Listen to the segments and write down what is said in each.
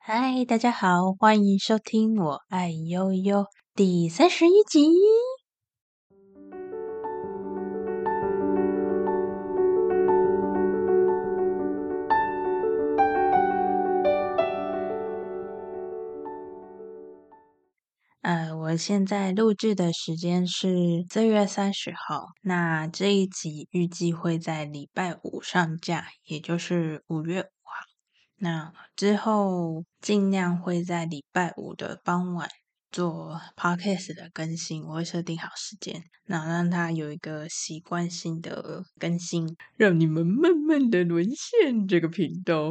嗨，大家好，欢迎收听我爱悠悠第31集。我现在录制的时间是4月30号，那这一集预计会在礼拜五上架，也就是5月5号。那之后尽量会在礼拜五的傍晚做 podcast 的更新，我会设定好时间，那让它有一个习惯性的更新，让你们慢慢的沦陷这个频道。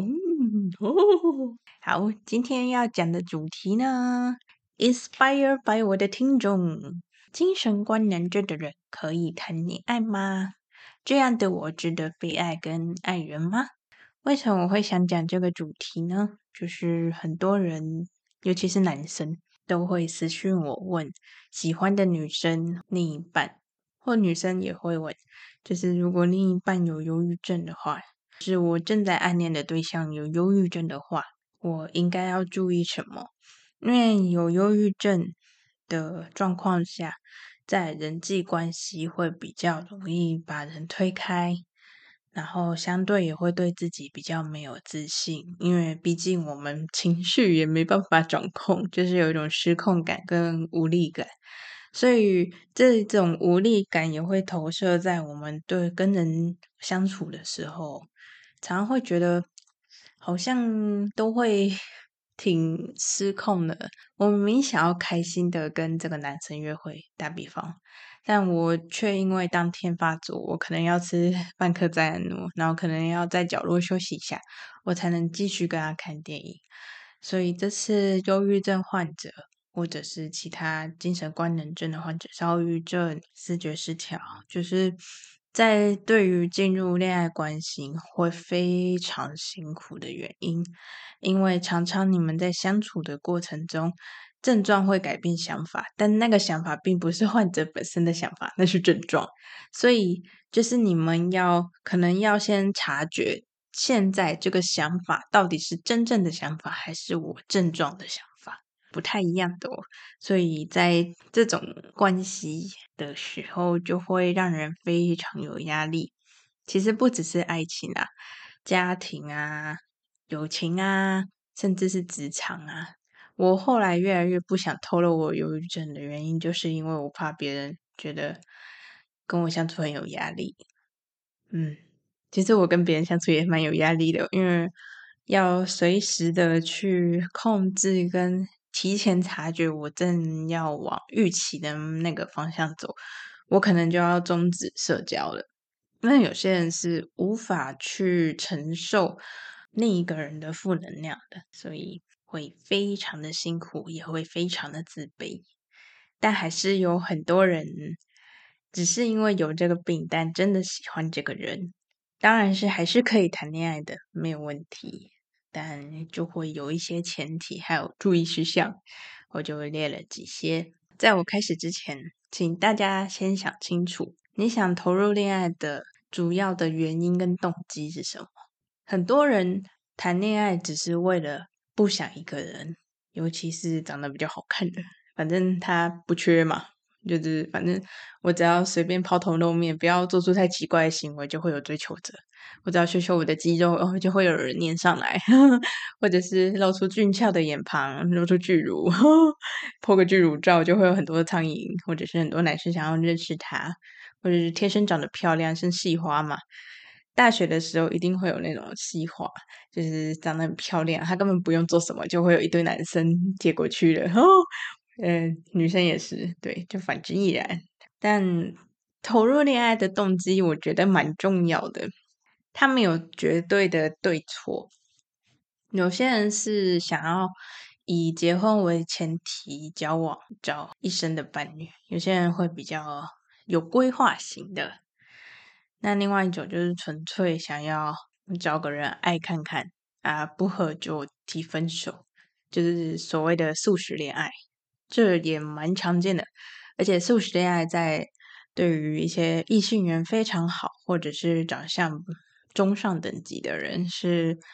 好，今天要讲的主题呢 ，inspired by 我的听众，精神官能症的人可以谈恋爱吗？这样的我值得被爱跟爱人吗？为什么我会想讲这个主题呢？就是很多人，尤其是男生，都会私讯我问喜欢的女生另一半，或女生也会问，就是如果另一半有忧郁症的话，是我正在暗恋的对象有忧郁症的话，我应该要注意什么？因为有忧郁症的状况下，在人际关系会比较容易把人推开，然后相对也会对自己比较没有自信，因为毕竟我们情绪也没办法掌控，就是有一种失控感跟无力感，所以这种无力感也会投射在我们对跟人相处的时候，常常会觉得好像都会挺失控的。我明明想要开心的跟这个男生约会，打比方，但我却因为当天发作，我可能要吃半颗赞安诺，然后可能要在角落休息一下，我才能继续跟他看电影。所以这次忧郁症患者，或者是其他精神官能症的患者，躁郁症、思觉失调，就是在对于进入恋爱关系会非常辛苦的原因。因为常常你们在相处的过程中，症状会改变想法，但那个想法并不是患者本身的想法，那是症状。所以就是你们可能要先察觉，现在这个想法到底是真正的想法，还是我症状的想法，不太一样的哦。所以在这种关系的时候，就会让人非常有压力。其实不只是爱情啊，家庭啊、友情啊，甚至是职场啊。我后来越来越不想透露我忧郁症的原因，就是因为我怕别人觉得跟我相处很有压力。其实我跟别人相处也蛮有压力的，因为要随时的去控制跟提前察觉我正要往预期的那个方向走，我可能就要终止社交了。那有些人是无法去承受另一个人的负能量的，所以会非常的辛苦，也会非常的自卑。但还是有很多人只是因为有这个病，但真的喜欢这个人，当然是还是可以谈恋爱的，没有问题。但就会有一些前提，还有注意事项，我就列了几些。在我开始之前，请大家先想清楚，你想投入恋爱的主要的原因跟动机是什么？很多人谈恋爱只是为了不想一个人，尤其是长得比较好看的，反正他不缺嘛，就是反正我只要随便抛头露面，不要做出太奇怪的行为，就会有追求者。我只要秀秀我的肌肉，就会有人粘上来，或者是露出俊俏的眼庞，露出巨乳，po 个巨乳照，就会有很多苍蝇，或者是很多男生想要认识他，或者是天生长得漂亮，是细花嘛。大学的时候一定会有那种细花，就是长得很漂亮，她根本不用做什么，就会有一堆男生接过去了。女生也是，对，就反之亦然。但投入恋爱的动机，我觉得蛮重要的。他没有绝对的对错，有些人是想要以结婚为前提交往，找一生的伴侣；有些人会比较有规划型的。那另外一种就是纯粹想要找个人爱看看啊，不合就提分手，就是所谓的速食恋爱，这也蛮常见的。而且速食恋爱在对于一些异性缘非常好，或者是长相中上等级的人是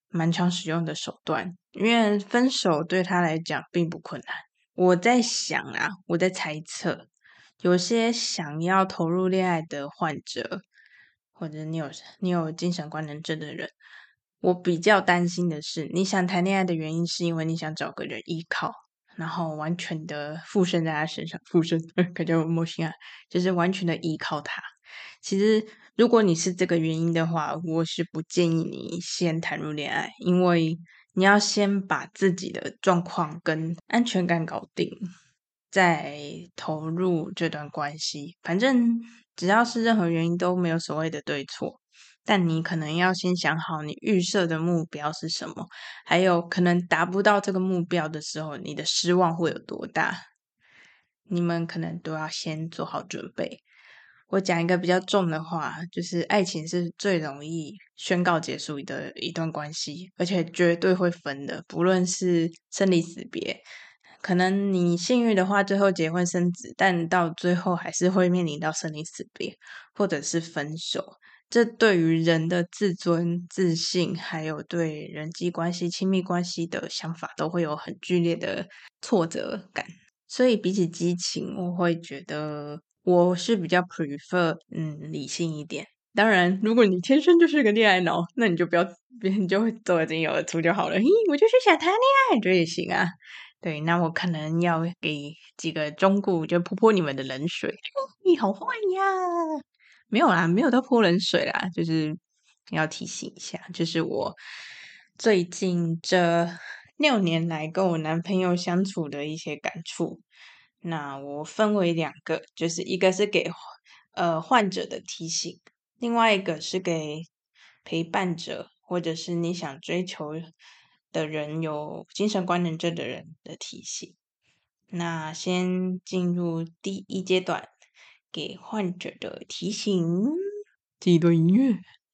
蛮常使用的手段，因为分手对他来讲并不困难。我在想啊，我在猜测，有些想要投入恋爱的患者，或者你有精神官能症的人，我比较担心的是，你想谈恋爱的原因是因为你想找个人依靠，然后完全的附身在他身上，附身感觉有魔性啊，就是完全的依靠他。其实，如果你是这个原因的话，我是不建议你先谈入恋爱，因为你要先把自己的状况跟安全感搞定，再投入这段关系。反正只要是任何原因都没有所谓的对错，但你可能要先想好你预设的目标是什么，还有可能达不到这个目标的时候，你的失望会有多大，你们可能都要先做好准备。我讲一个比较重的话，就是爱情是最容易宣告结束的一段关系，而且绝对会分的，不论是生离死别。可能你幸运的话，最后结婚生子，但到最后还是会面临到生离死别，或者是分手。这对于人的自尊、自信，还有对人际关系、亲密关系的想法，都会有很剧烈的挫折感。所以比起激情，我会觉得我是比较 prefer 理性一点。当然，如果你天生就是个恋爱脑，那你就不要，你就会走进有而出就好了。我就是想谈恋爱，这也行啊。对，那我可能要给几个忠告，就泼泼你们的冷水。你好坏呀！没有啦，没有到泼冷水啦，就是要提醒一下，就是我最近这6年来跟我男朋友相处的一些感触。那我分为2个，就是一个是给患者的提醒，另外一个是给陪伴者或者是你想追求的人有精神官能症的人的提醒。那先进入第一阶段，给患者的提醒。这一段音乐。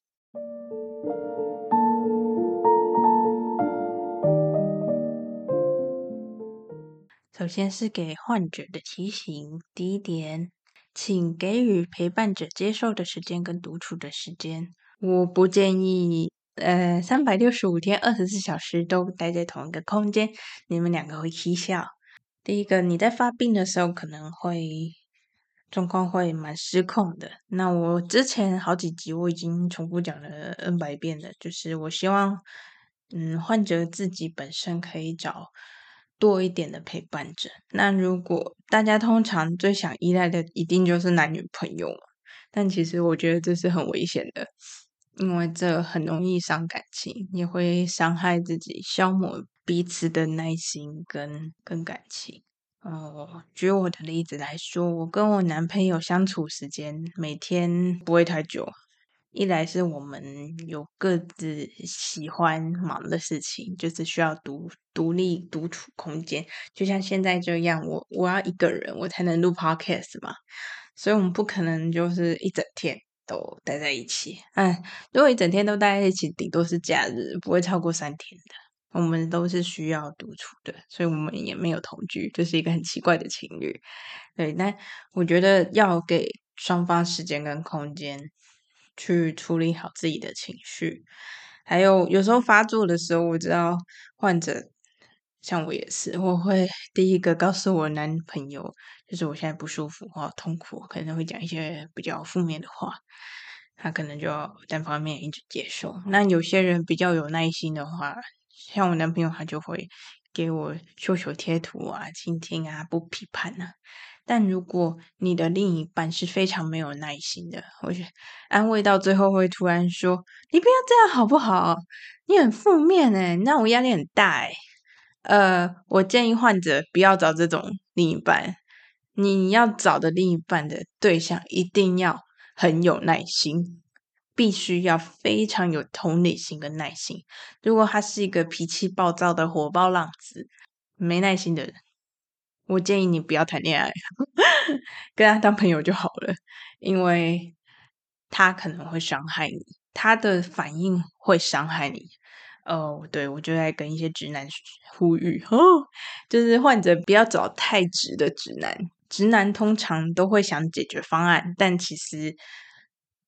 首先是给患者的提醒，第一点，请给予陪伴者接受的时间跟独处的时间。我不建议365天24小时都待在同一个空间，你们2个会起笑。第一个，你在发病的时候可能会状况会蛮失控的。那我之前好几集我已经重复讲了 N 百遍了，就是我希望患者自己本身可以找多一点的陪伴者。那如果大家通常最想依赖的一定就是男女朋友嘛，但其实我觉得这是很危险的，因为这很容易伤感情，也会伤害自己，消磨彼此的耐心跟感情。举我的例子来说，我跟我男朋友相处时间每天不会太久。一来是我们有各自喜欢忙的事情，就是需要独立独处空间。就像现在这样，我要一个人我才能录 podcast 嘛，所以我们不可能就是一整天都待在一起。如果一整天都待在一起，顶多是假日，不会超过3天的。我们都是需要独处的，所以我们也没有同居，就是一个很奇怪的情侣。对，但我觉得要给双方时间跟空间去处理好自己的情绪，还有时候发作的时候，我知道患者像我也是，我会第一个告诉我男朋友，就是我现在不舒服，我好痛苦，可能会讲一些比较负面的话，他可能就要单方面一直接受。那有些人比较有耐心的话，像我男朋友他就会给我秀秀贴图啊、倾听啊、不批判啊。但如果你的另一半是非常没有耐心的，我觉得安慰到最后会突然说：“你不要这样好不好？你很负面你让我压力很大我建议患者不要找这种另一半，你要找的另一半的对象一定要很有耐心，必须要非常有同理心跟耐心。如果他是一个脾气暴躁的火爆浪子，没耐心的人，我建议你不要谈恋爱，跟他当朋友就好了，因为他可能会伤害你，他的反应会伤害你。对，我就在跟一些直男呼吁就是患者不要找太直的直男，直男通常都会想解决方案，但其实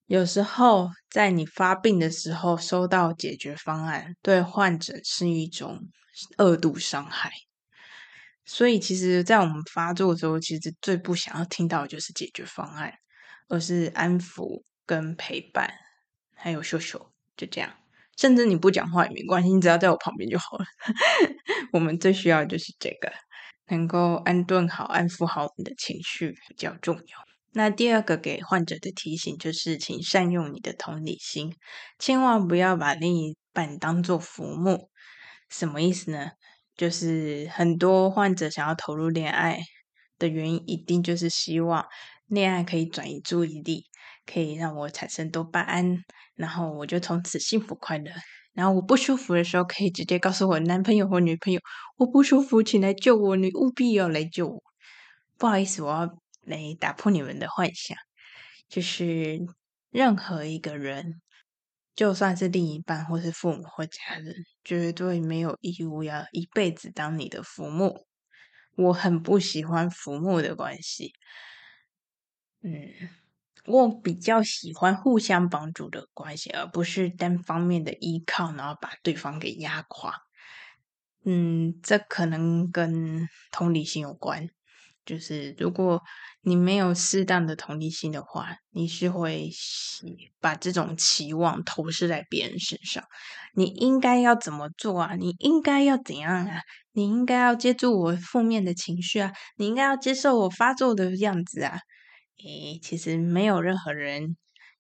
有时候在你发病的时候收到解决方案，对患者是一种二度伤害。所以其实在我们发作的时候，其实最不想要听到的就是解决方案，而是安抚跟陪伴，还有秀秀，就这样。甚至你不讲话也没关系，你只要在我旁边就好了。我们最需要的就是这个，能够安顿好、安抚好我们的情绪比较重要。那第二个给患者的提醒就是，请善用你的同理心，千万不要把另一半当作浮木。什么意思呢？就是很多患者想要投入恋爱的原因，一定就是希望恋爱可以转移注意力，可以让我产生多巴胺，然后我就从此幸福快乐。然后我不舒服的时候，可以直接告诉我男朋友或女朋友，我不舒服，请来救我，你务必要来救我。不好意思，我要来打破你们的幻想，就是任何一个人，就算是另一半或是父母或家人，绝对没有义务要一辈子当你的父母。我很不喜欢父母的关系，我比较喜欢互相帮助的关系，而不是单方面的依靠，然后把对方给压垮。这可能跟同理心有关。就是如果你没有适当的同理心的话，你是会把这种期望投射在别人身上。你应该要怎么做啊？你应该要怎样啊？你应该要接住我负面的情绪啊？你应该要接受我发作的样子啊？其实没有任何人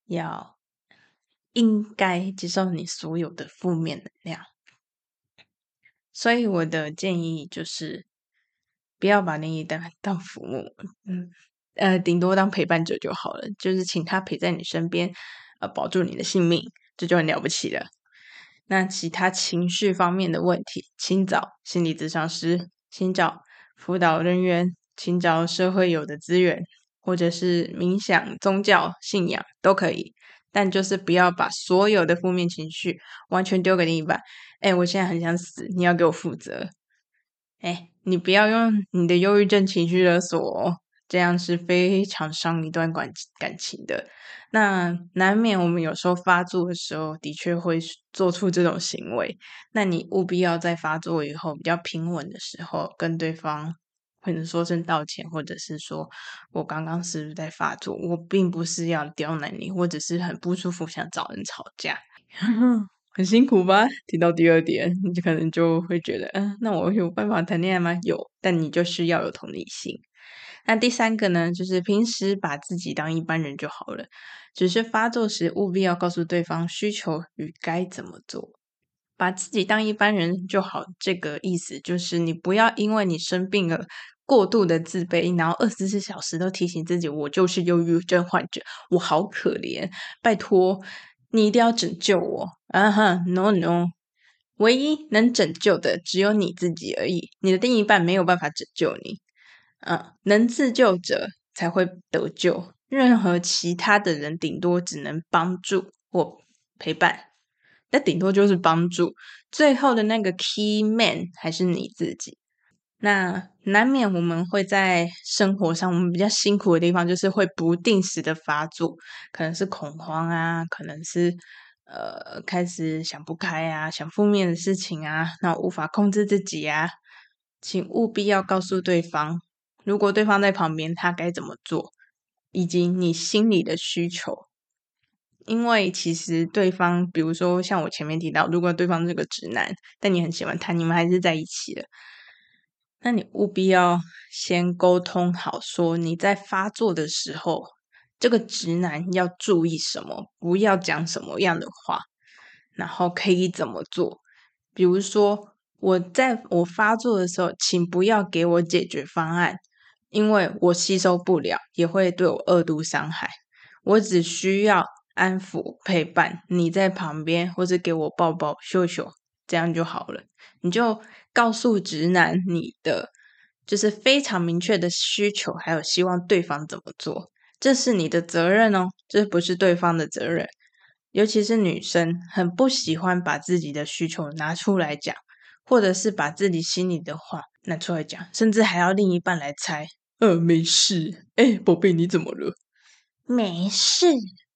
应该接受你所有的负面能量。所以我的建议就是，不要把另一半当父母，顶多当陪伴者就好了，就是请他陪在你身边，保住你的性命，这就很了不起了。那其他情绪方面的问题，请找心理咨商师，请找辅导人员，请找社会有的资源，或者是冥想、宗教信仰都可以，但就是不要把所有的负面情绪完全丢给另一半。我现在很想死，你要给我负责。你不要用你的忧郁症情绪勒索哦，这样是非常伤一段感情的。那难免我们有时候发作的时候，的确会做出这种行为。那你务必要在发作以后比较平稳的时候，跟对方可能说声道歉，或者是说我刚刚是不是在发作？我并不是要刁难你，或者是很不舒服想找人吵架。很辛苦吧？听到第二点，你就可能就会觉得，那我有办法谈恋爱吗？有，但你就是要有同理心。那第三个呢，就是平时把自己当一般人就好了，只是发作时务必要告诉对方需求与该怎么做。把自己当一般人就好，这个意思就是你不要因为你生病了，过度的自卑，然后24小时都提醒自己，我就是忧郁症患者，我好可怜，拜托你一定要拯救我。No no，唯一能拯救的只有你自己而已，你的另一半没有办法拯救你。能自救者才会得救，任何其他的人顶多只能帮助或陪伴。那顶多就是帮助，最后的那个 key man 还是你自己。那难免我们会在生活上，我们比较辛苦的地方，就是会不定时的发作，可能是恐慌啊，可能是开始想不开啊，想负面的事情啊，那无法控制自己啊，请务必要告诉对方，如果对方在旁边，他该怎么做，以及你心里的需求。因为其实对方，比如说像我前面提到，如果对方是个直男，但你很喜欢他，你们还是在一起了，那你务必要先沟通好，说你在发作的时候，这个直男要注意什么，不要讲什么样的话，然后可以怎么做。比如说，在我发作的时候，请不要给我解决方案，因为我吸收不了，也会对我二度伤害。我只需要安抚陪伴，你在旁边或者给我抱抱秀秀，这样就好了。你就告诉直男你的就是非常明确的需求，还有希望对方怎么做，这是你的责任哦，这不是对方的责任。尤其是女生很不喜欢把自己的需求拿出来讲，或者是把自己心里的话拿出来讲，甚至还要另一半来猜。没事，宝贝，你怎么了？没事，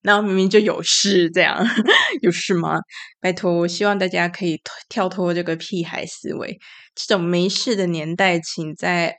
然后明明就有事，这样有事吗？拜托，我希望大家可以跳脱这个屁孩思维，这种没事的年代，请在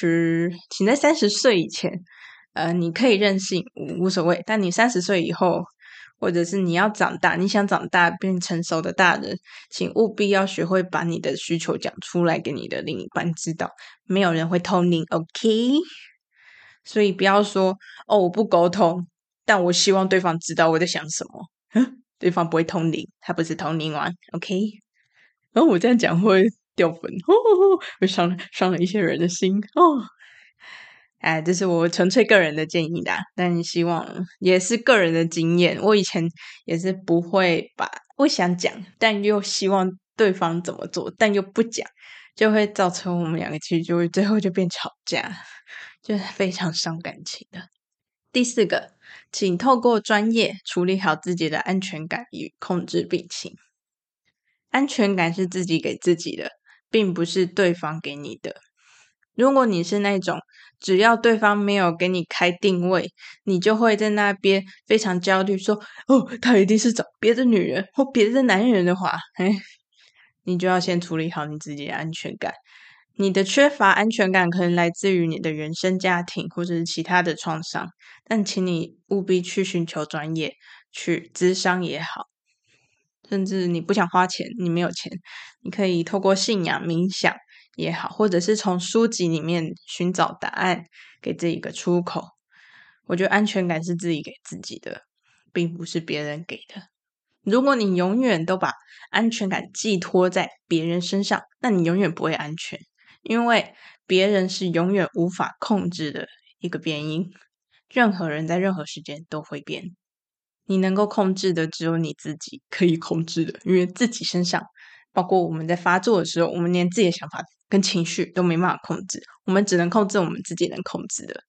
30岁以前，你可以任性无所谓，但你30岁以后，或者是你要长大，你想长大变成熟的大人，请务必要学会把你的需求讲出来给你的另一半知道，没有人会偷你 OK？所以不要说哦，我不沟通，但我希望对方知道我在想什么。对方不会通灵，他不是通灵王，OK？然后我这样讲会掉粉，会伤了一些人的心哦。哎，这是我纯粹个人的建议啦，但希望也是个人的经验。我以前也是不想讲，但又希望对方怎么做，但又不讲，就会造成我们两个其实就会最后就变吵架，就是非常伤感情的。第4个，请透过专业处理好自己的安全感与控制病情。安全感是自己给自己的，并不是对方给你的。如果你是那种只要对方没有给你开定位，你就会在那边非常焦虑说哦，他一定是找别的女人或别的男人的话，你就要先处理好你自己的安全感。你的缺乏安全感可能来自于你的原生家庭或者是其他的创伤，但请你务必去寻求专业，去咨商也好，甚至你不想花钱，你没有钱，你可以透过信仰冥想也好，或者是从书籍里面寻找答案，给自己一个出口。我觉得安全感是自己给自己的，并不是别人给的。如果你永远都把安全感寄托在别人身上，那你永远不会安全，因为别人是永远无法控制的一个变因，任何人在任何时间都会变。你能够控制的只有你自己可以控制的，因为自己身上，包括我们在发作的时候，我们连自己的想法跟情绪都没办法控制，我们只能控制我们自己能控制的。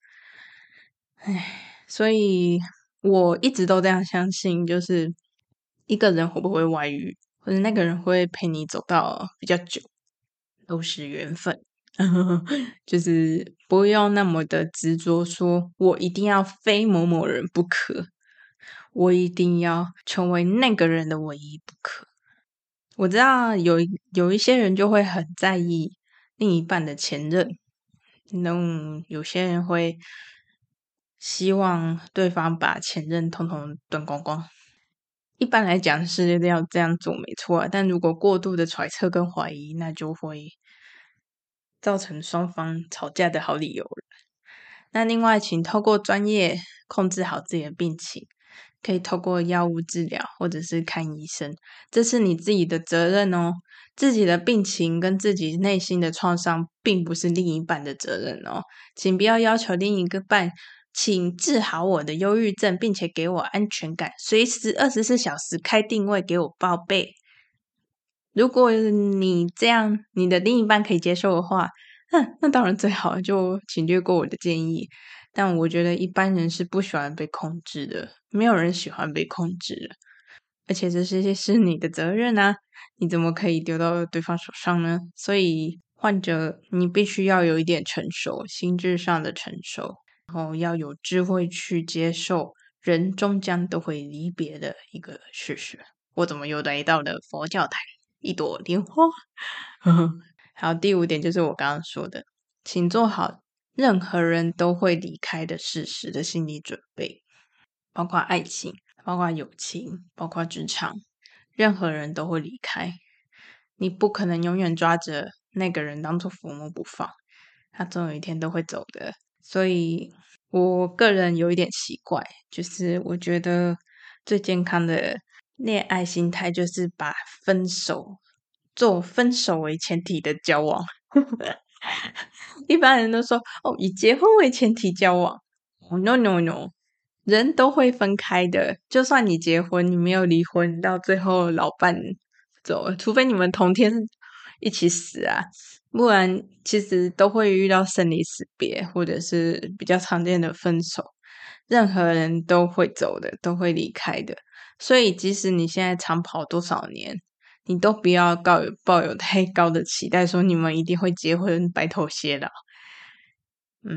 所以我一直都这样相信，就是一个人会不会外遇，或者那个人会陪你走到比较久，都是缘分。就是不用那么的执着，说我一定要非某某人不可，我一定要成为那个人的唯一不可。我知道有一些人就会很在意另一半的前任，那有些人会希望对方把前任统统断光光。一般来讲是要这样做没错啊，但如果过度的揣测跟怀疑，那就会造成双方吵架的好理由了。那另外，请透过专业控制好自己的病情，可以透过药物治疗或者是看医生，这是你自己的责任哦。自己的病情跟自己内心的创伤，并不是另一半的责任哦。请不要要求另一个伴，请治好我的忧郁症，并且给我安全感，随时24小时开定位给我报备。如果你这样，你的另一半可以接受的话，那当然最好，就请略过我的建议。但我觉得一般人是不喜欢被控制的，没有人喜欢被控制的，而且这些是你的责任啊，你怎么可以丢到对方手上呢？所以患者你必须要有一点成熟，心智上的成熟，然后要有智慧去接受人终将都会离别的一个事实。我怎么又来到了佛教台？一朵莲花。好，第5点就是我刚刚说的，请做好任何人都会离开的事实的心理准备，包括爱情，包括友情，包括职场，任何人都会离开。你不可能永远抓着那个人当做父母不放，他总有一天都会走的。所以我个人有一点奇怪，就是我觉得最健康的恋爱心态就是把做分手为前提的交往。一般人都说哦，以结婚为前提交往。No no no，人都会分开的。就算你结婚，你没有离婚，到最后老伴走了，除非你们同天一起死啊，不然其实都会遇到生离死别，或者是比较常见的分手。任何人都会走的，都会离开的。所以即使你现在长跑多少年，你都不要抱有太高的期待，说你们一定会结婚白头偕老。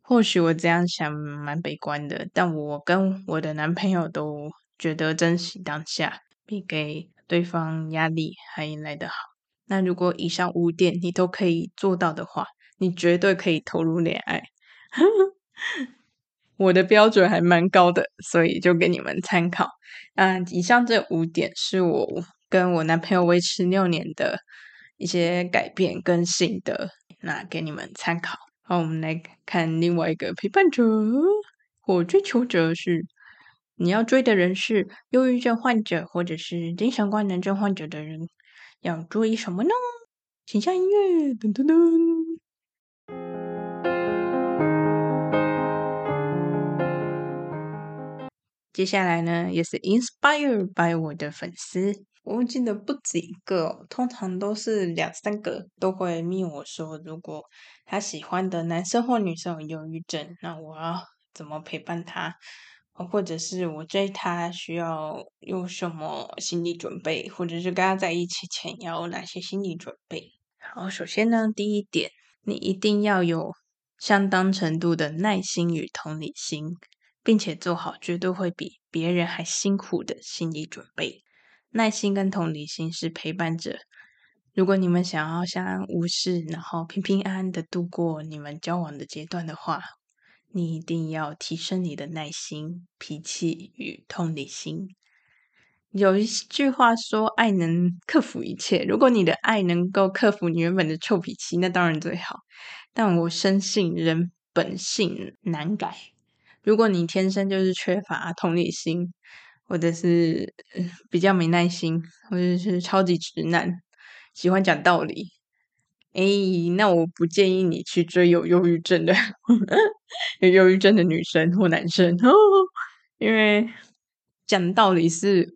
或许我这样想蛮悲观的，但我跟我的男朋友都觉得珍惜当下比给对方压力还来得好。那如果以上5点你都可以做到的话，你绝对可以投入恋爱。我的标准还蛮高的，所以就给你们参考。以上这5点是我跟我男朋友维持6年的一些改变跟心得，那给你们参考。好，我们来看另外一个陪伴者或追求者是，你要追的人是忧郁症患者或者是精神官能症患者的人，要追什么呢？请下音乐，噔噔噔。接下来呢，也是 inspired by 我的粉丝，我记得不止一个哦，通常都是2-3个都会密我说，如果他喜欢的男生或女生有忧郁症，那我要怎么陪伴他，或者是我追他需要有什么心理准备，或者是跟他在一起前要有哪些心理准备。好，首先呢，第一点，你一定要有相当程度的耐心与同理心，并且做好绝对会比别人还辛苦的心理准备。耐心跟同理心是陪伴者，如果你们想要相安无事，然后平平安安的度过你们交往的阶段的话，你一定要提升你的耐心、脾气与同理心。有一句话说，爱能克服一切。如果你的爱能够克服你原本的臭脾气，那当然最好。但我深信人本性难改。如果你天生就是缺乏同理心，或者是比较没耐心，或者是超级直男，喜欢讲道理，那我不建议你去追有忧郁症的有忧郁症的女生或男生，因为讲道理是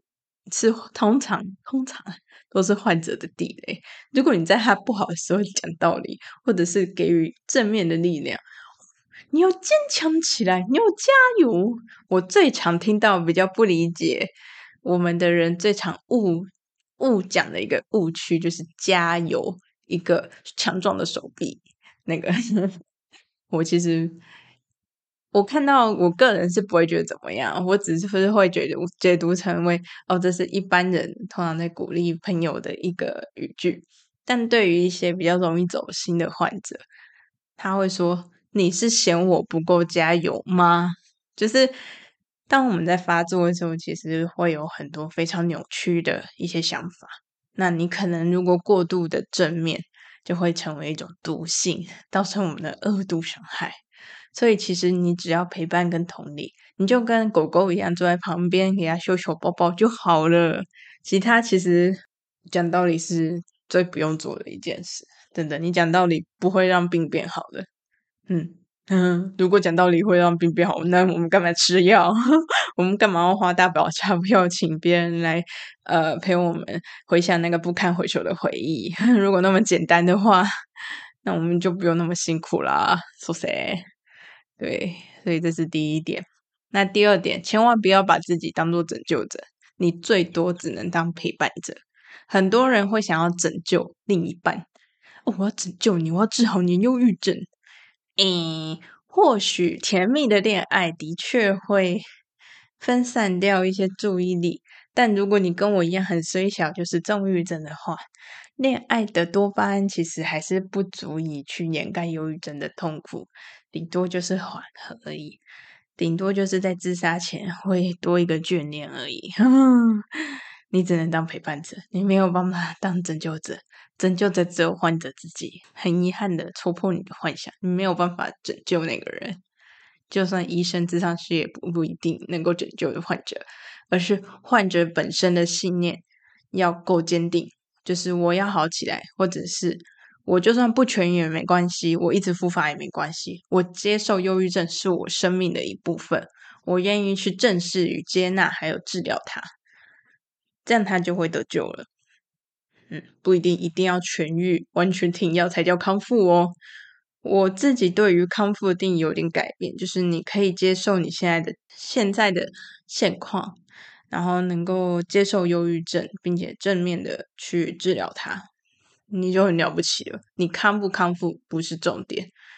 通常都是患者的地雷。如果你在他不好的时候讲道理，或者是给予正面的力量，你要坚强起来，你要加油。我最常听到比较不理解我们的人最常误讲的一个误区就是加油，一个强壮的手臂。那个我其实我看到我个人是不会觉得怎么样，我只是会觉得解读成为这是一般人通常在鼓励朋友的一个语句。但对于一些比较容易走心的患者，他会说：“你是嫌我不够加油吗？”就是当我们在发作的时候，其实会有很多非常扭曲的一些想法。那你可能如果过度的正面，就会成为一种毒性，造成我们的2度伤害。所以其实你只要陪伴跟同理，你就跟狗狗一样坐在旁边给它秀秀抱抱就好了。其他其实讲道理是最不用做的一件事，真的，你讲道理不会让病变好的。如果讲道理会让病变好，那我们干嘛吃药？我们干嘛要花大宝钞票请别人来陪我们回想那个不堪回首的回忆？如果那么简单的话，那我们就不用那么辛苦啦。说谁？对，所以这是第一点。那第二点，千万不要把自己当做拯救者，你最多只能当陪伴者。很多人会想要拯救另一半，我要拯救你，我要治好你忧郁症。或许甜蜜的恋爱的确会分散掉一些注意力，但如果你跟我一样很衰小，就是重郁症的话，恋爱的多巴胺其实还是不足以去掩盖忧郁症的痛苦，顶多就是缓和而已，顶多就是在自杀前会多一个眷恋而已。你只能当陪伴者，你没有办法当拯救者。拯救者只有患者自己，很遗憾的戳破你的幻想，你没有办法拯救那个人。就算医生咨商师也不一定能够拯救患者，而是患者本身的信念要够坚定，就是我要好起来，或者是我就算不痊愈也没关系，我一直复发也没关系，我接受忧郁症是我生命的一部分，我愿意去正视与接纳还有治疗它，这样他就会得救了。不一定一定要痊愈，完全停药才叫康复哦。我自己对于康复的定义有点改变，就是你可以接受你现在的现况，然后能够接受忧郁症，并且正面的去治疗它，你就很了不起了。你康不康复不是重点，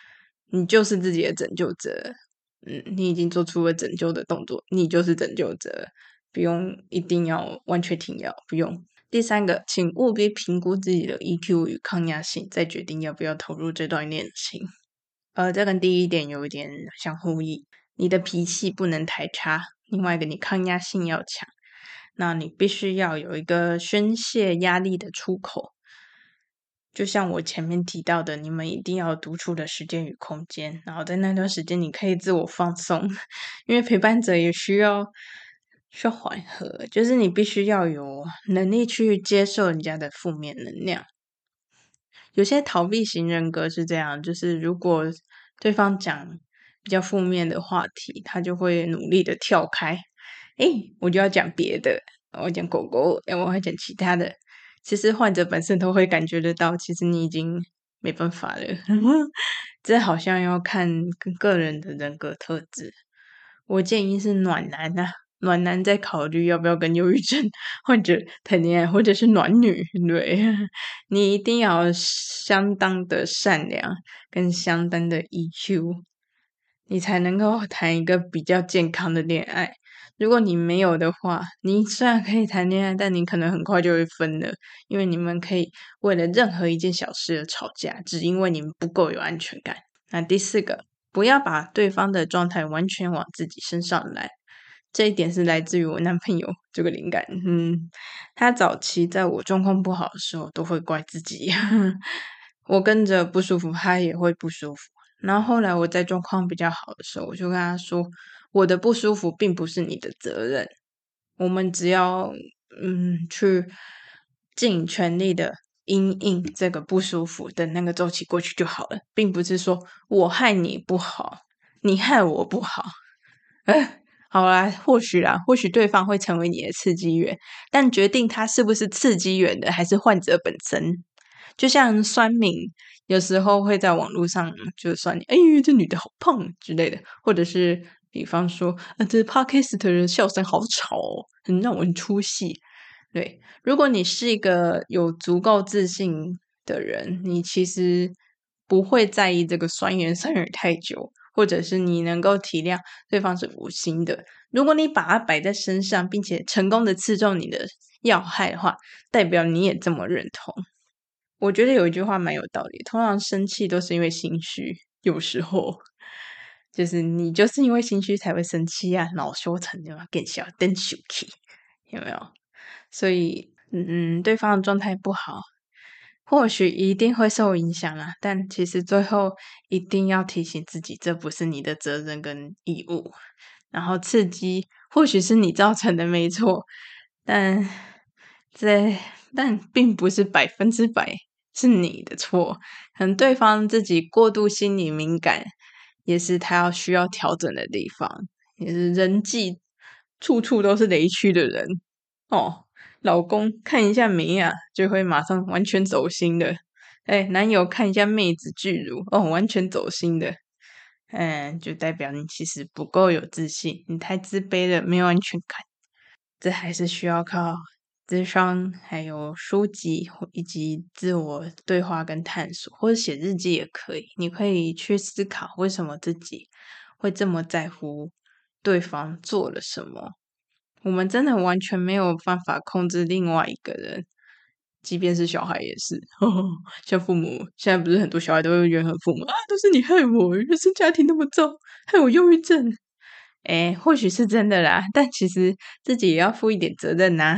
你就是自己的拯救者。你已经做出了拯救的动作，你就是拯救者，不用一定要完全停药，不用。第三个，请务必评估自己的 EQ 与抗压性，再决定要不要投入这段恋情。这跟第一点有一点相呼应。你的脾气不能太差，另外一个你抗压性要强，那你必须要有一个宣泄压力的出口。就像我前面提到的，你们一定要有独处的时间与空间，然后在那段时间你可以自我放松，因为陪伴者也需要缓和，就是你必须要有能力去接受人家的负面能量。有些逃避型人格是这样，就是如果对方讲比较负面的话题，他就会努力的跳开。我就要讲别的，我讲狗狗，我要讲其他的。其实患者本身都会感觉得到，其实你已经没办法了。这好像要看个人的人格特质。我建议是暖男啊，暖男在考虑要不要跟忧郁症患者谈恋爱，或者是暖女。对，你一定要相当的善良跟相当的 EQ，你才能够谈一个比较健康的恋爱。如果你没有的话，你虽然可以谈恋爱，但你可能很快就会分了，因为你们可以为了任何一件小事而吵架，只因为你们不够有安全感。那第四个，不要把对方的状态完全往自己身上来。这一点是来自于我男朋友这个灵感。他早期在我状况不好的时候都会怪自己，我跟着不舒服，他也会不舒服。然后后来我在状况比较好的时候，我就跟他说，我的不舒服并不是你的责任，我们只要去尽全力的因应这个不舒服的那个周期过去就好了，并不是说我害你不好，你害我不好。好啦，或许对方会成为你的刺激源，但决定他是不是刺激源的还是患者本身。就像酸民有时候会在网络上就酸你，这女的好胖之类的，或者是比方说，这 podcast 的笑声好吵哦，很让我很出戏。对，如果你是一个有足够自信的人，你其实不会在意这个酸言酸语太久，或者是你能够体谅对方是无心的。如果你把它摆在身上，并且成功的刺中你的要害的话，代表你也这么认同。我觉得有一句话蛮有道理，通常生气都是因为心虚，有时候就是你就是因为心虚才会生气啊，恼羞成怒，更小更生气，有没有？所以，对方的状态不好，或许一定会受影响啦，但其实最后一定要提醒自己，这不是你的责任跟义务。然后刺激或许是你造成的，没错，但这但并不是100%是你的错，可能对方自己过度心理敏感，也是他需要调整的地方，也是人际处处都是雷区的人哦。老公看一下妹啊，就会马上完全走心的。男友看一下妹子巨乳，完全走心的。就代表你其实不够有自信，你太自卑了，没有安全感。这还是需要靠咨商，还有书籍以及自我对话跟探索，或者写日记也可以。你可以去思考为什么自己会这么在乎对方做了什么。我们真的完全没有办法控制另外一个人，即便是小孩也是。像父母现在不是很多小孩都会怨恨父母啊，都是你害我，原生家庭那么糟，害我忧郁症。或许是真的啦，但其实自己也要负一点责任呐。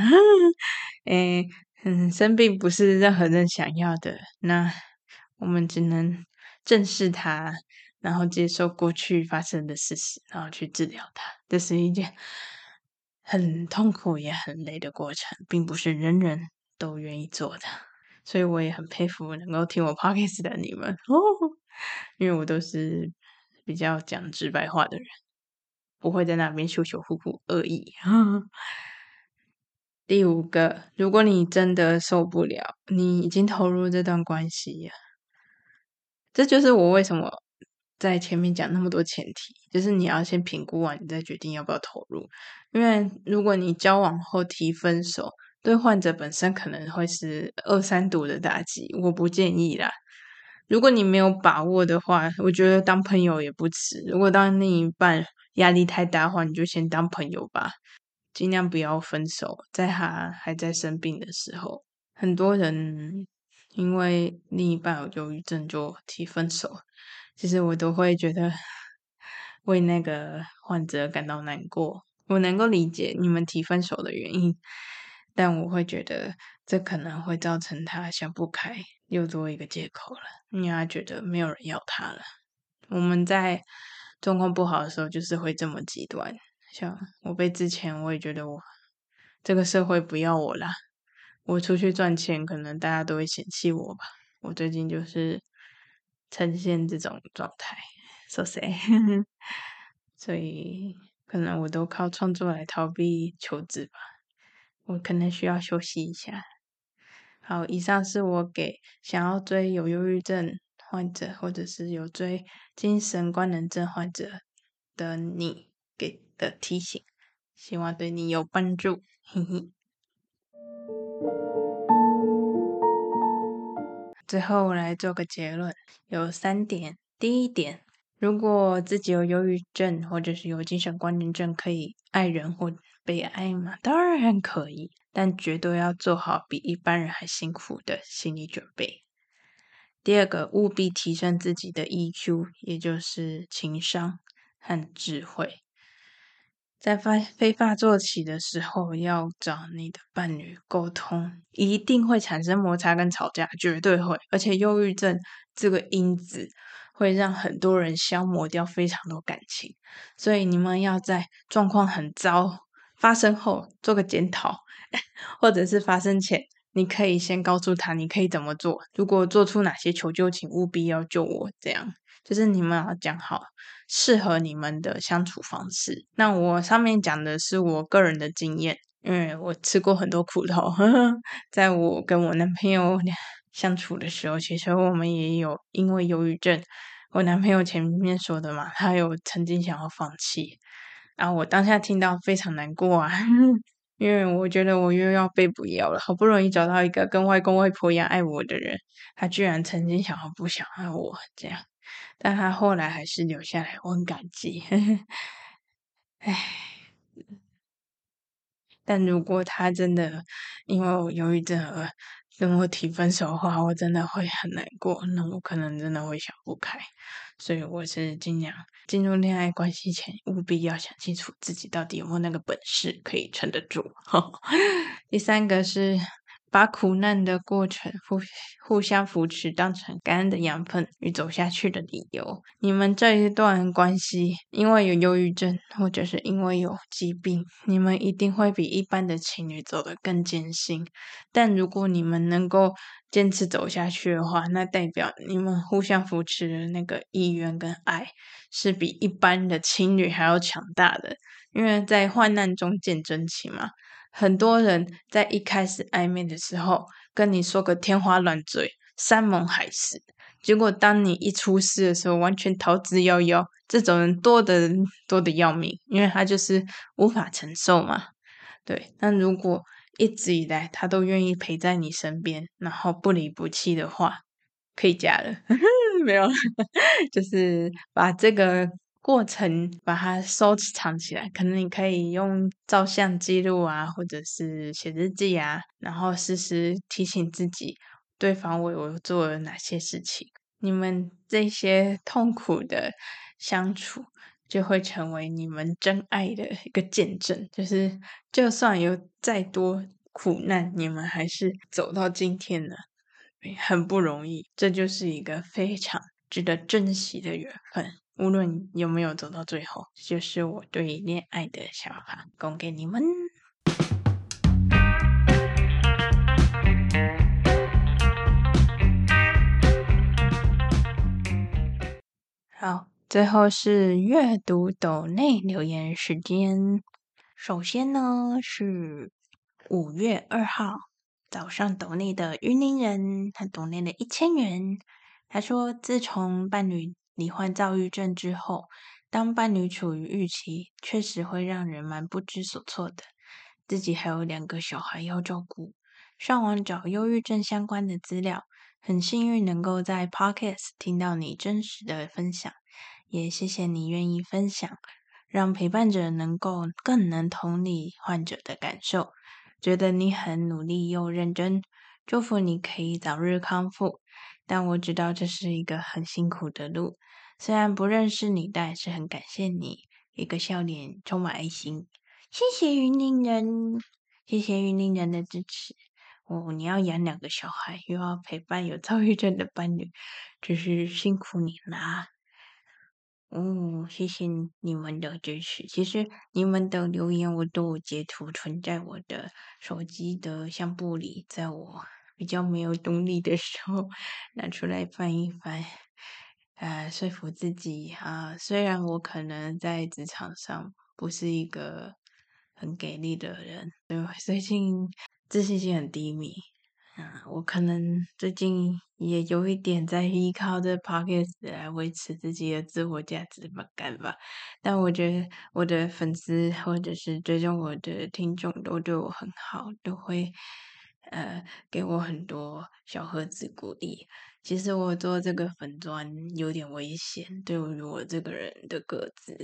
生病不是任何人想要的，那我们只能正视它，然后接受过去发生的事实，然后去治疗它。这是一件很痛苦也很累的过程，并不是人人都愿意做的。所以我也很佩服能够听我 podcast 的你们因为我都是比较讲直白话的人，不会在那边修修护护恶意。第五个，如果你真的受不了，你已经投入这段关系了，这就是我为什么在前面讲那么多前提，就是你要先评估完，你再决定要不要投入。因为如果你交往后提分手，对患者本身可能会是2、3毒的打击，我不建议啦。 如果你没有把握的话，我觉得当朋友也不迟。如果当另一半压力太大的话，你就先当朋友吧，尽量不要分手，在他还在生病的时候。很多人因为另一半有忧郁症就提分手，其实我都会觉得为那个患者感到难过。我能够理解你们提分手的原因，但我会觉得这可能会造成他想不开，又多一个借口了，因为他觉得没有人要他了。我们在状况不好的时候，就是会这么极端。像我被之前，我也觉得这个社会不要我啦，我出去赚钱，可能大家都会嫌弃我吧。我最近就是呈现这种状态，so sad 所以可能我都靠创作来逃避求职吧。我可能需要休息一下。好，以上是我给想要追有忧郁症患者，或者是有追精神官能症患者的你给的提醒，希望对你有帮助。嘿嘿。最后我来做个结论，有3点。第一点，如果自己有忧郁症或者是有精神官能症，可以爱人或被爱吗？当然可以，但绝对要做好比一般人还辛苦的心理准备。第二个，务必提升自己的 EQ， 也就是情商和智慧。在非发作期的时候，要找你的伴侣沟通，一定会产生摩擦跟吵架，绝对会。而且忧郁症这个因子会让很多人消磨掉非常多感情，所以你们要在状况很糟发生后做个检讨，或者是发生前，你可以先告诉他你可以怎么做，如果做出哪些求救，请务必要救我，这样。就是你们要讲好适合你们的相处方式。那我上面讲的是我个人的经验，因为我吃过很多苦头。在我跟我男朋友相处的时候，其实我们也有因为忧郁症，我男朋友前面说的嘛，他有曾经想要放弃，然后我当下听到非常难过啊。因为我觉得我又要被不要了，好不容易找到一个跟外公外婆一样爱我的人，他居然曾经想要不想爱我这样。但他后来还是留下来，我很感激。唉，但如果他真的因为我忧郁症而跟我提分手的话，我真的会很难过，那我可能真的会想不开。所以我是尽量进入恋爱关系前，务必要想清楚自己到底有没有那个本事可以撑得住。第三个是把苦难的过程互相扶持，当成感恩的养分与走下去的理由。你们这一段关系，因为有忧郁症，或者是因为有疾病，你们一定会比一般的情侣走得更艰辛。但如果你们能够坚持走下去的话，那代表你们互相扶持的那个意愿跟爱，是比一般的情侣还要强大的。因为在患难中见真情嘛。很多人在一开始暧昧的时候，跟你说个天花乱坠、山盟海誓，结果当你一出事的时候，完全逃之夭夭。这种人多的要命，因为他就是无法承受嘛。对，那如果一直以来他都愿意陪在你身边，然后不离不弃的话，可以嫁了。没有，就是把这个过程把它收藏起来，可能你可以用照相记录啊，或者是写日记啊，然后时时提醒自己对方为我做了哪些事情。你们这些痛苦的相处，就会成为你们真爱的一个见证。就是就算有再多苦难，你们还是走到今天了。很不容易，这就是一个非常值得珍惜的缘分。无论有没有走到最后，这就是我对恋爱的想法，供给你们。好，最后是阅读斗内留言时间。首先呢是5月2号早上斗内的云林人，他斗内了1000元。他说，自从伴侣罹患躁郁症之后，当伴侣处于预期，确实会让人蛮不知所措的。自己还有2个小孩要照顾，上网找忧郁症相关的资料， 很幸运能够在 Podcast 听到你真实的分享，也谢谢你愿意分享，让陪伴者能够更能同理患者的感受。觉得你很努力又认真，祝福你可以早日康复。但我知道这是一个很辛苦的路，虽然不认识你，但还是很感谢你，一个笑脸充满爱心。谢谢云林人，谢谢云林人的支持。你要养2个小孩，又要陪伴有躁郁症的伴侣，真是辛苦你啦。谢谢你们的支持。其实你们的留言我都有截图存在我的手机的相簿里，在我比较没有动力的时候拿出来翻一翻，说服自己虽然我可能在职场上不是一个很给力的人，对，最近自信心很低迷。我可能最近也有一点在依靠这 podcast 来维持自己的自我价值感吧。但我觉得我的粉丝或者是追踪我的听众都对我很好，都会给我很多小盒子鼓励。其实我做这个粉专有点危险，对于我这个人的个子，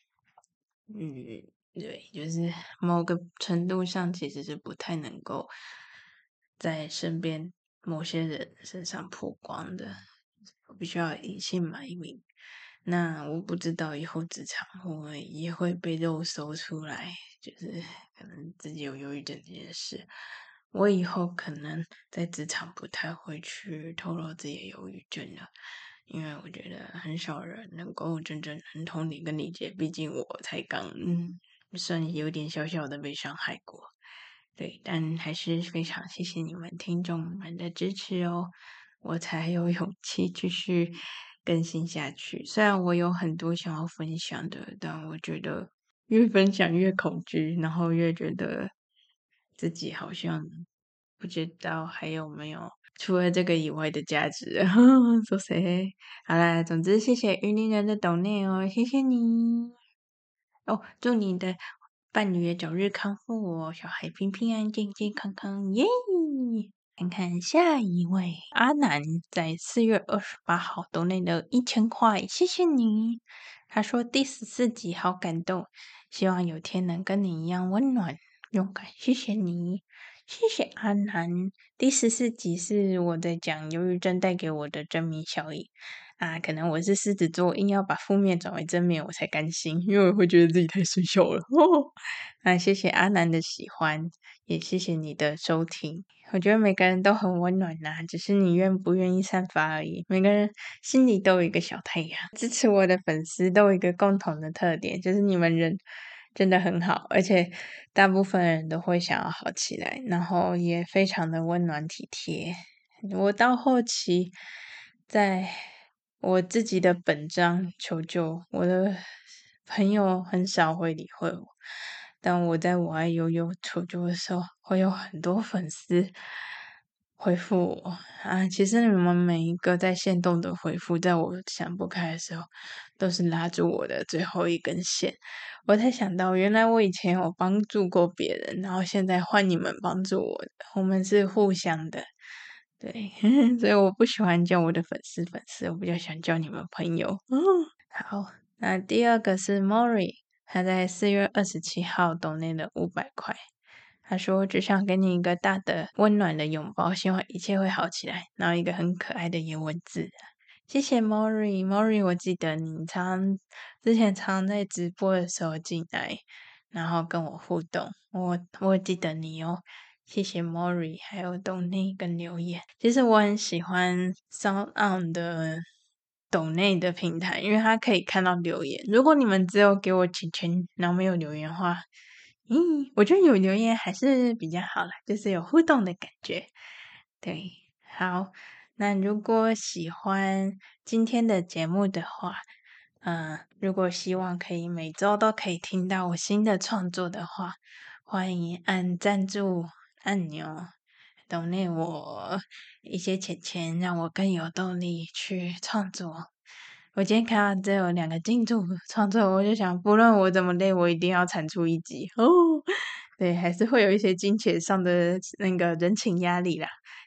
对，就是某个程度上其实是不太能够在身边某些人身上曝光的，我必须要隐姓埋名。那我不知道以后职场会也会被肉搜出来，就是可能自己有忧郁症这件事。我以后可能在职场不太会去透露自己的忧郁症了，因为我觉得很少人能够真正很同理跟理解，毕竟我才刚算有点小小的被伤害过。对，但还是非常谢谢你们听众们的支持哦，我才有勇气继续更新下去。虽然我有很多想要分享的，但我觉得越分享越恐惧，然后越觉得自己好像不知道还有没有除了这个以外的价值。说谁？好啦，总之谢谢云林人的抖内哦，谢谢你哦，祝你的伴侣也早日康复哦，小孩平平安健健康康耶！看看下一位阿南在4月28号抖内了1000块，谢谢你。他说第14集好感动，希望有天能跟你一样温暖勇敢，谢谢你，谢谢阿南。第14集是我在讲忧郁症带给我的正面效应可能我是狮子座，硬要把负面转为正面，我才甘心，因为我会觉得自己太顺效了。那谢谢阿南的喜欢，也谢谢你的收听。我觉得每个人都很温暖只是你愿不愿意散发而已。每个人心里都有一个小太阳。支持我的粉丝都有一个共同的特点，就是你们人真的很好，而且大部分人都会想要好起来，然后也非常的温暖体贴。我到后期，在我自己的本章求救，我的朋友很少会理会我，但我在我爱悠悠求救的时候，会有很多粉丝回复我其实你们每一个在线动的回复，在我想不开的时候，都是拉住我的最后一根线。我才想到，原来我以前有帮助过别人，然后现在换你们帮助我的，我们是互相的。对，所以我不喜欢叫我的粉丝，我比较想叫你们朋友。好，那第二个是 Mori， 他在4月27号抖内了500块。他说只想给你一个大的温暖的拥抱，希望一切会好起来，然后一个很可爱的颜文字。谢谢 Mori， 我记得你之前常在直播的时候进来，然后跟我互动，我记得你哦。谢谢 Mori， 还有抖内跟留言。其实我很喜欢 SoundOn 的抖内的平台，因为它可以看到留言。如果你们只有给我钱钱，然后没有留言的话，我觉得有留言还是比较好啦，就是有互动的感觉。对，好，那如果喜欢今天的节目的话，如果希望可以每周都可以听到我新的创作的话，欢迎按赞助按钮抖内我一些钱，让我更有动力去创作。我今天看到只有2个进度创作，我就想，不论我怎么累，我一定要产出1集哦。对，还是会有一些金钱上的那个人情压力啦。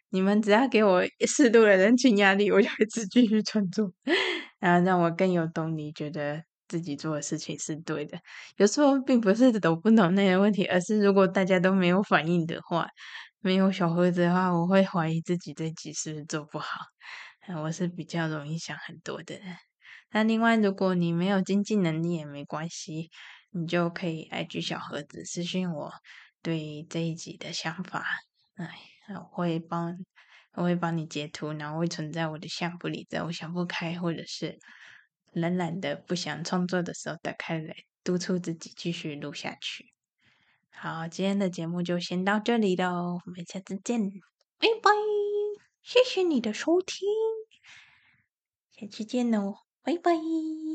你们只要给我适度的人情压力，我就会继续创作，然后让我更有动力，觉得自己做的事情是对的。有时候并不是懂不懂那个问题，而是如果大家都没有反应的话，没有小盒子的话，我会怀疑自己这集是不是做不好。我是比较容易想很多的人。那另外，如果你没有经济能力也没关系，你就可以 IG 小盒子私讯我对这一集的想法。哎，我会帮你截图，然后会存在我的相簿里，在我想不开或者是懒的不想创作的时候打开来，督促自己继续录下去。好，今天的节目就先到这里喽，我们下次见，拜拜！谢谢你的收听，下期见喽，拜拜！